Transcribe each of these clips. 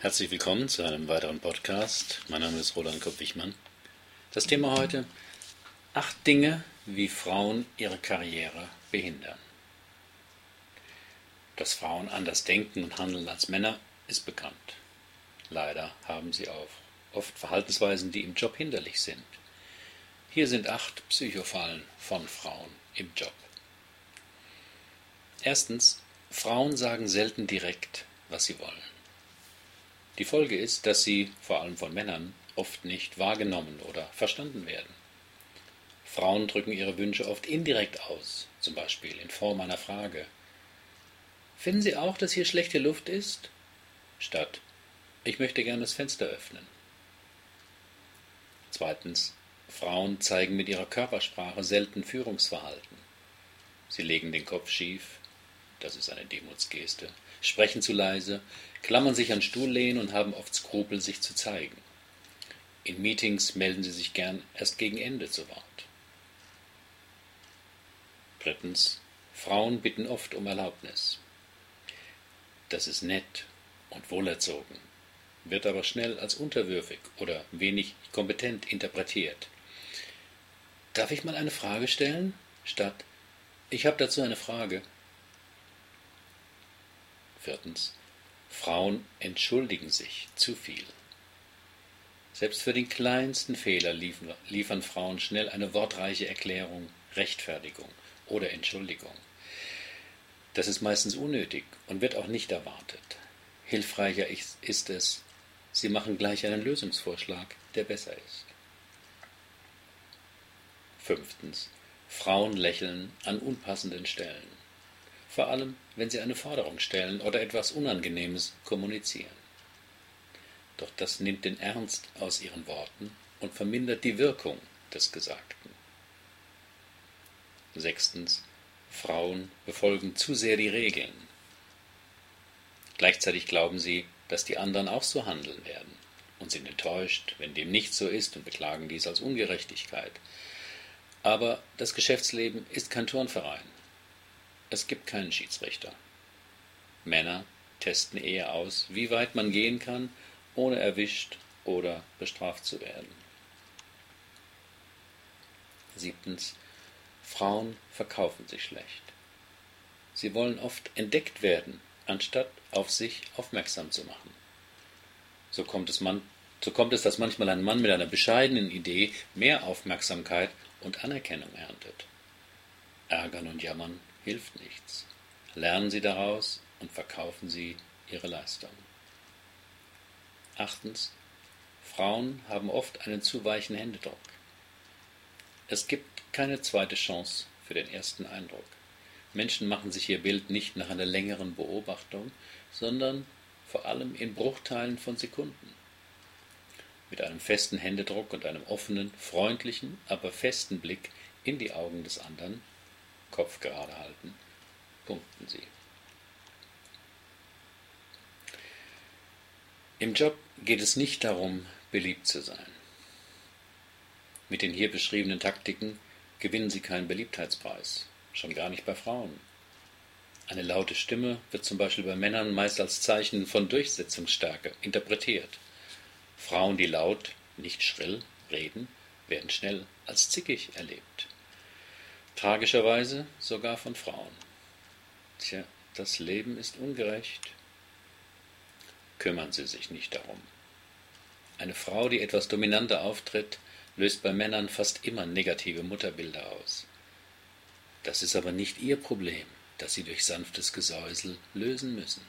Herzlich willkommen zu einem weiteren Podcast. Mein Name ist Roland Kopp-Wichmann. Das Thema heute: 8 Dinge, wie Frauen ihre Karriere behindern. Dass Frauen anders denken und handeln als Männer, ist bekannt. Leider haben sie auch oft Verhaltensweisen, die im Job hinderlich sind. Hier sind 8 Psychofallen von Frauen im Job. Erstens: Frauen sagen selten direkt, was sie wollen. Die Folge ist, dass sie, vor allem von Männern, oft nicht wahrgenommen oder verstanden werden. Frauen drücken ihre Wünsche oft indirekt aus, zum Beispiel in Form einer Frage: Finden Sie auch, dass hier schlechte Luft ist? Statt: Ich möchte gern das Fenster öffnen. Zweitens: Frauen zeigen mit ihrer Körpersprache selten Führungsverhalten. Sie legen den Kopf schief, das ist eine Demutsgeste, sprechen zu leise, klammern sich an Stuhllehnen und haben oft Skrupel, sich zu zeigen. In Meetings melden sie sich gern erst gegen Ende zu Wort. Drittens: Frauen bitten oft um Erlaubnis. Das ist nett und wohlerzogen, wird aber schnell als unterwürfig oder wenig kompetent interpretiert. Darf ich mal eine Frage stellen? Statt: Ich habe dazu eine Frage. Viertens: Frauen entschuldigen sich zu viel. Selbst für den kleinsten Fehler liefern Frauen schnell eine wortreiche Erklärung, Rechtfertigung oder Entschuldigung. Das ist meistens unnötig und wird auch nicht erwartet. Hilfreicher ist es, sie machen gleich einen Lösungsvorschlag, der besser ist. Fünftens: Frauen lächeln an unpassenden Stellen. Vor allem, wenn sie eine Forderung stellen oder etwas Unangenehmes kommunizieren. Doch das nimmt den Ernst aus ihren Worten und vermindert die Wirkung des Gesagten. Sechstens: Frauen befolgen zu sehr die Regeln. Gleichzeitig glauben sie, dass die anderen auch so handeln werden und sind enttäuscht, wenn dem nicht so ist, und beklagen dies als Ungerechtigkeit. Aber das Geschäftsleben ist kein Turnverein. Es gibt keinen Schiedsrichter. Männer testen eher aus, wie weit man gehen kann, ohne erwischt oder bestraft zu werden. Siebtens: Frauen verkaufen sich schlecht. Sie wollen oft entdeckt werden, anstatt auf sich aufmerksam zu machen. So kommt es, dass manchmal ein Mann mit einer bescheidenen Idee mehr Aufmerksamkeit und Anerkennung erntet. Ärgern und Jammern hilft nichts. Lernen Sie daraus und verkaufen Sie Ihre Leistung. Achtens: Frauen haben oft einen zu weichen Händedruck. Es gibt keine zweite Chance für den ersten Eindruck. Menschen machen sich ihr Bild nicht nach einer längeren Beobachtung, sondern vor allem in Bruchteilen von Sekunden. Mit einem festen Händedruck und einem offenen, freundlichen, aber festen Blick in die Augen des anderen, Kopf gerade halten, punkten sie. Im Job geht es nicht darum, beliebt zu sein. Mit den hier beschriebenen Taktiken gewinnen Sie keinen Beliebtheitspreis, schon gar nicht bei Frauen. Eine laute Stimme wird zum Beispiel bei Männern meist als Zeichen von Durchsetzungsstärke interpretiert. Frauen, die laut, nicht schrill, reden, werden schnell als zickig erlebt. Tragischerweise sogar von Frauen. Tja, das Leben ist ungerecht. Kümmern Sie sich nicht darum. Eine Frau, die etwas dominanter auftritt, löst bei Männern fast immer negative Mutterbilder aus. Das ist aber nicht ihr Problem, das sie durch sanftes Gesäusel lösen müssen.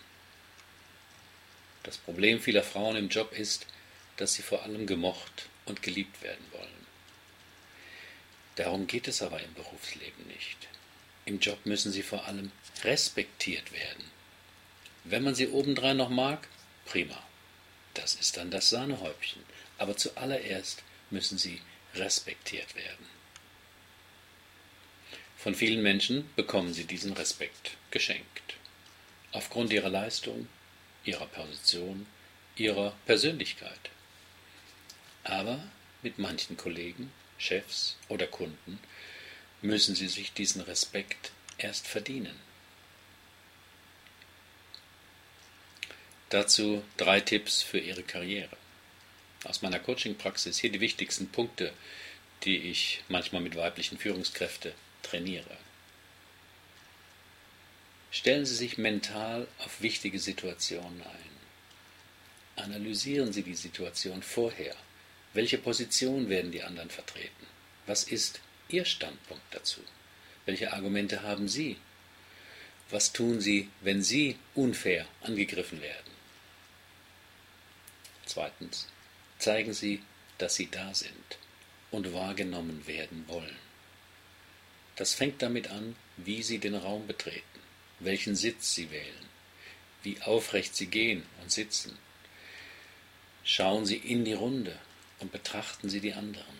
Das Problem vieler Frauen im Job ist, dass sie vor allem gemocht und geliebt werden wollen. Darum geht es aber im Berufsleben nicht. Im Job müssen sie vor allem respektiert werden. Wenn man sie obendrein noch mag, prima. Das ist dann das Sahnehäubchen. Aber zuallererst müssen sie respektiert werden. Von vielen Menschen bekommen sie diesen Respekt geschenkt. Aufgrund ihrer Leistung, ihrer Position, ihrer Persönlichkeit. Aber mit manchen Kollegen, Chefs oder Kunden müssen sie sich diesen Respekt erst verdienen. Dazu 3 Tipps für Ihre Karriere. Aus meiner Coaching-Praxis hier die wichtigsten Punkte, die ich manchmal mit weiblichen Führungskräften trainiere. Stellen Sie sich mental auf wichtige Situationen ein. Analysieren Sie die Situation vorher. Welche Position werden die anderen vertreten? Was ist Ihr Standpunkt dazu? Welche Argumente haben Sie? Was tun Sie, wenn Sie unfair angegriffen werden? Zweitens, zeigen Sie, dass Sie da sind und wahrgenommen werden wollen. Das fängt damit an, wie Sie den Raum betreten, welchen Sitz Sie wählen, wie aufrecht Sie gehen und sitzen. Schauen Sie in die Runde und betrachten Sie die anderen.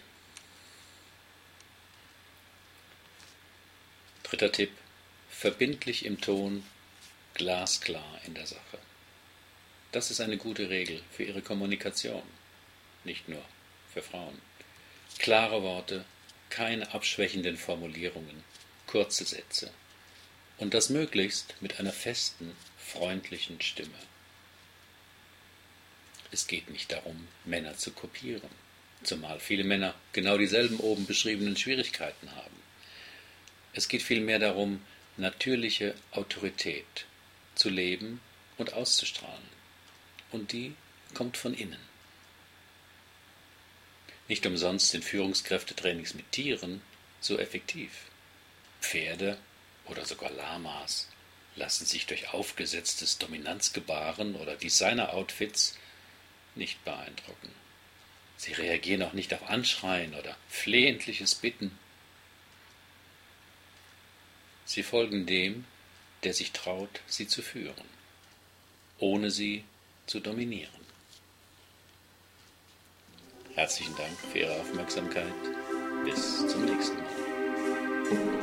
Dritter Tipp: verbindlich im Ton, glasklar in der Sache. Das ist eine gute Regel für Ihre Kommunikation, nicht nur für Frauen. Klare Worte, keine abschwächenden Formulierungen, kurze Sätze. Und das möglichst mit einer festen, freundlichen Stimme. Es geht nicht darum, Männer zu kopieren, zumal viele Männer genau dieselben oben beschriebenen Schwierigkeiten haben. Es geht vielmehr darum, natürliche Autorität zu leben und auszustrahlen. Und die kommt von innen. Nicht umsonst sind Führungskräftetrainings mit Tieren so effektiv. Pferde oder sogar Lamas lassen sich durch aufgesetztes Dominanzgebaren oder Designer-Outfits nicht beeindrucken. Sie reagieren auch nicht auf Anschreien oder flehentliches Bitten. Sie folgen dem, der sich traut, sie zu führen, ohne sie zu dominieren. Herzlichen Dank für Ihre Aufmerksamkeit. Bis zum nächsten Mal.